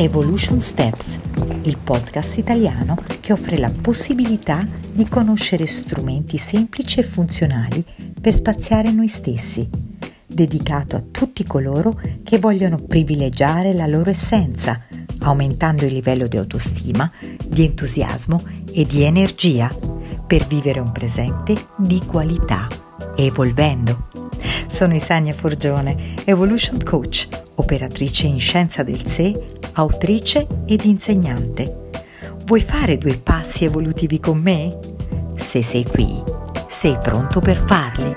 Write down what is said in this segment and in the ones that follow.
Evolution Steps, il podcast italiano che offre la possibilità di conoscere strumenti semplici e funzionali per spaziare noi stessi, dedicato a tutti coloro che vogliono privilegiare la loro essenza, aumentando il livello di autostima, di entusiasmo e di energia per vivere un presente di qualità, evolvendo. Sono Isania Forgione, Evolution Coach, operatrice in scienza del sé, autrice ed insegnante. Vuoi fare 2 passi evolutivi con me? Se sei qui, sei pronto per farli.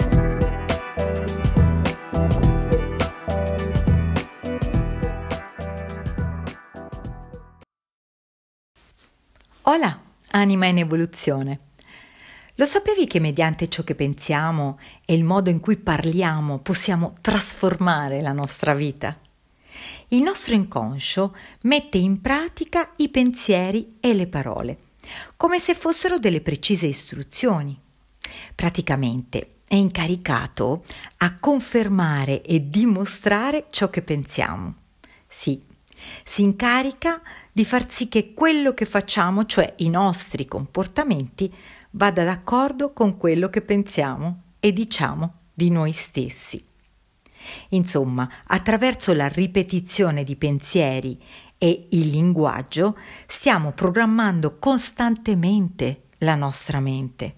Hola, anima in evoluzione. Lo sapevi che mediante ciò che pensiamo e il modo in cui parliamo possiamo trasformare la nostra vita? Il nostro inconscio mette in pratica i pensieri e le parole, come se fossero delle precise istruzioni. Praticamente è incaricato a confermare e dimostrare ciò che pensiamo. Sì, si incarica di far sì che quello che facciamo, cioè i nostri comportamenti, vada d'accordo con quello che pensiamo e diciamo di noi stessi. Insomma, attraverso la ripetizione di pensieri e il linguaggio stiamo programmando costantemente la nostra mente.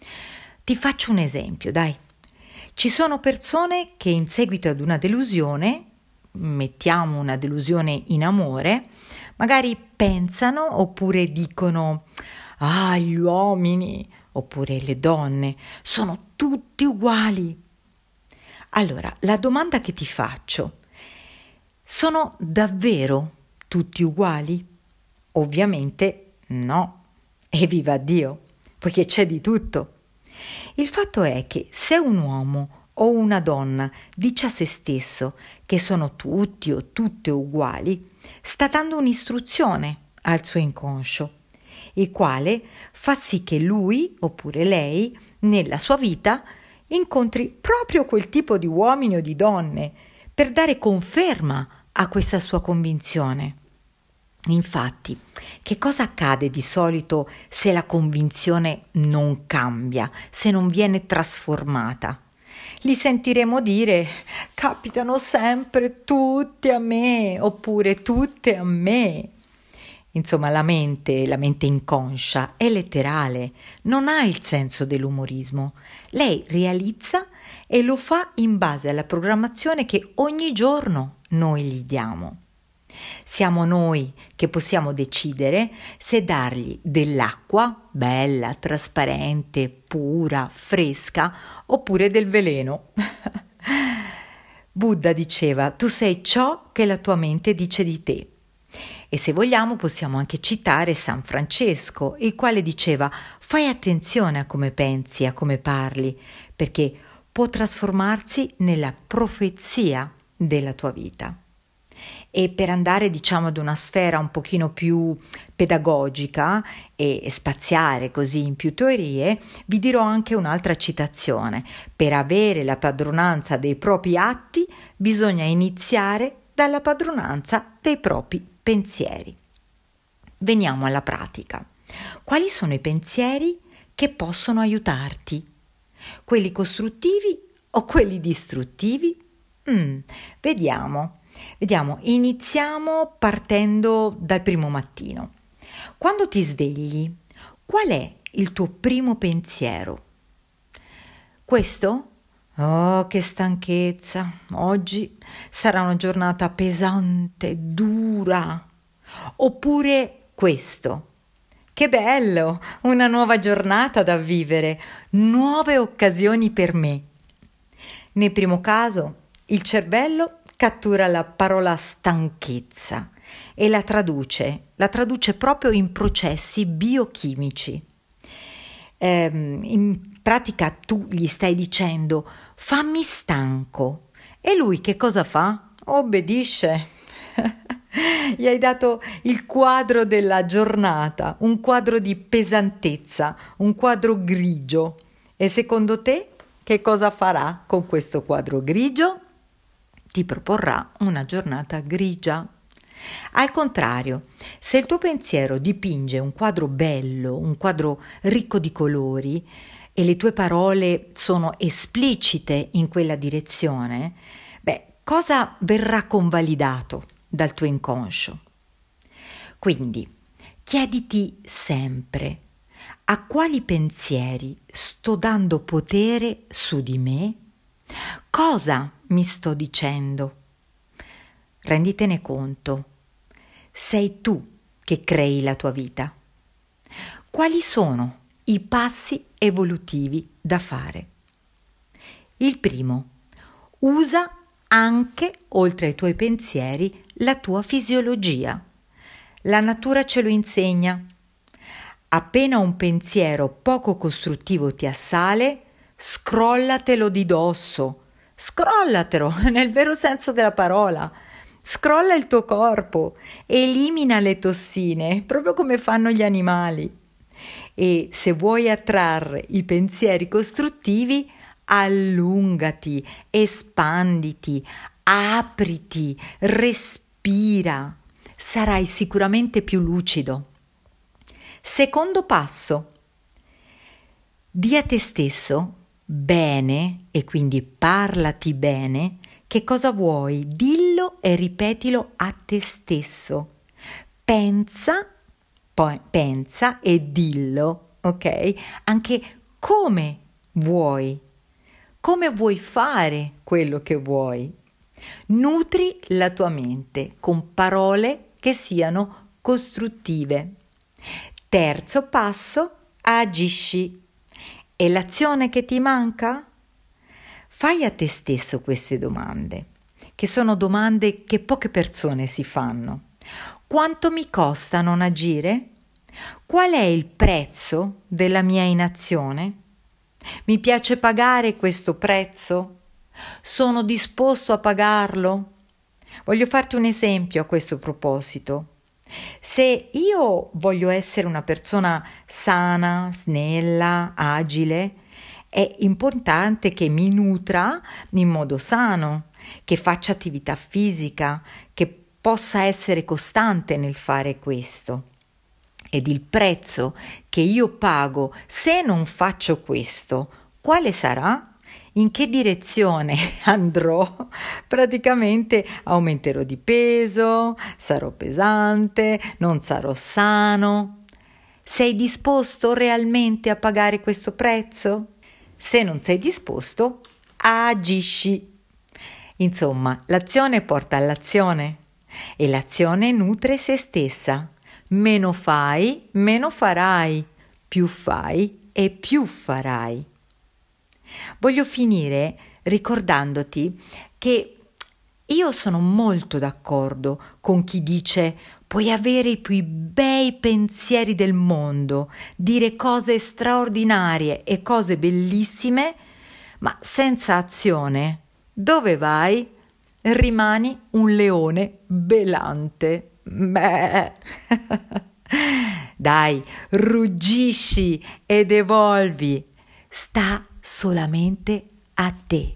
Ti faccio un esempio, dai. Ci sono persone che in seguito ad una delusione, mettiamo una delusione in amore, magari pensano oppure dicono: «Ah, gli uomini oppure le donne sono tutti uguali». Allora, la domanda che ti faccio: sono davvero tutti uguali? Ovviamente no, e viva Dio, poiché c'è di tutto. Il fatto è che se un uomo o una donna dice a se stesso che sono tutti o tutte uguali, sta dando un'istruzione al suo inconscio, il quale fa sì che lui oppure lei nella sua vita incontri proprio quel tipo di uomini o di donne per dare conferma a questa sua convinzione. Infatti, che cosa accade di solito se la convinzione non cambia, se non viene trasformata? Li sentiremo dire: «Capitano sempre tutti a me» oppure «tutte a me». Insomma, la mente inconscia è letterale, non ha il senso dell'umorismo. Lei realizza e lo fa in base alla programmazione che ogni giorno noi gli diamo. Siamo noi che possiamo decidere se dargli dell'acqua bella, trasparente, pura, fresca, oppure del veleno. Buddha diceva: «Tu sei ciò che la tua mente dice di te». E se vogliamo possiamo anche citare San Francesco, il quale diceva: «Fai attenzione a come pensi, a come parli, perché può trasformarsi nella profezia della tua vita». E per andare, ad una sfera un pochino più pedagogica e spaziare così in più teorie, vi dirò anche un'altra citazione: «Per avere la padronanza dei propri atti bisogna iniziare dalla padronanza dei propri pensieri». Veniamo alla pratica. Quali sono i pensieri che possono aiutarti? Quelli costruttivi o quelli distruttivi? Vediamo, iniziamo partendo dal primo mattino. Quando ti svegli, qual è il tuo primo pensiero? Questo? «Oh, che stanchezza, oggi sarà una giornata pesante, dura». Oppure questo: «Che bello, una nuova giornata da vivere, nuove occasioni per me». Nel primo caso, il cervello cattura la parola stanchezza e la traduce proprio in processi biochimici. In pratica tu gli stai dicendo: «Fammi stanco», e lui che cosa fa? Obbedisce. Gli hai dato il quadro della giornata, un quadro di pesantezza, un quadro grigio. E secondo te che cosa farà con questo quadro grigio? Ti proporrà una giornata grigia. Al contrario, se il tuo pensiero dipinge un quadro bello, un quadro ricco di colori e le tue parole sono esplicite in quella direzione, cosa verrà convalidato dal tuo inconscio? Quindi, chiediti sempre: a quali pensieri sto dando potere su di me? Cosa mi sto dicendo? Renditene conto. Sei tu che crei la tua vita. Quali sono i passi evolutivi da fare? Il primo: usa anche, oltre ai tuoi pensieri, la tua fisiologia. La natura ce lo insegna. Appena un pensiero poco costruttivo ti assale, scrollatelo di dosso. Scrollatelo nel vero senso della parola. Scrolla il tuo corpo, elimina le tossine, proprio come fanno gli animali. E se vuoi attrarre i pensieri costruttivi, allungati, espanditi, apriti, respira. Sarai sicuramente più lucido. Secondo passo: di a te stesso bene, e quindi parlati bene, che cosa vuoi, dillo e ripetilo a te stesso. Pensa e dillo, ok? Anche come vuoi fare quello che vuoi. Nutri la tua mente con parole che siano costruttive. Terzo passo: agisci. E l'azione che ti manca? Fai a te stesso queste domande, che sono domande che poche persone si fanno. Quanto mi costa non agire? Qual è il prezzo della mia inazione? Mi piace pagare questo prezzo? Sono disposto a pagarlo? Voglio farti un esempio a questo proposito. Se io voglio essere una persona sana, snella, agile, è importante che mi nutra in modo sano, che faccia attività fisica, che possa essere costante nel fare questo. Ed il prezzo che io pago se non faccio questo, quale sarà? In che direzione andrò? Praticamente aumenterò di peso, sarò pesante, non sarò sano. Sei disposto realmente a pagare questo prezzo? Se non sei disposto, agisci. Insomma, l'azione porta all'azione e l'azione nutre se stessa. Meno fai, meno farai. Più fai e più farai. Voglio finire ricordandoti che io sono molto d'accordo con chi dice: puoi avere i più bei pensieri del mondo, dire cose straordinarie e cose bellissime, ma senza azione, dove vai? Rimani un leone belante. Beh. Dai, ruggisci ed evolvi. Sta solamente a te.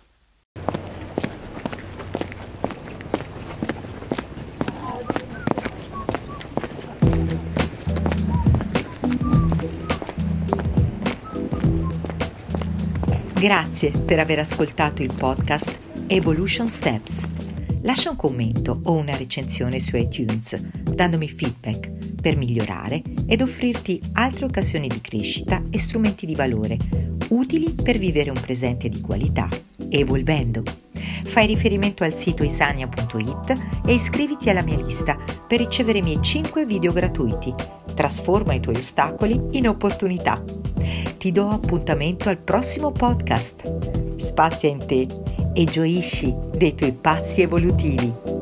Grazie per aver ascoltato il podcast Evolution Steps. Lascia un commento o una recensione su iTunes, dandomi feedback per migliorare ed offrirti altre occasioni di crescita e strumenti di valore, utili per vivere un presente di qualità, evolvendo. Fai riferimento al sito isania.it e iscriviti alla mia lista per ricevere i miei 5 video gratuiti. Trasforma i tuoi ostacoli in opportunità. Ti do appuntamento al prossimo podcast. Spazia in te e gioisci dei tuoi passi evolutivi.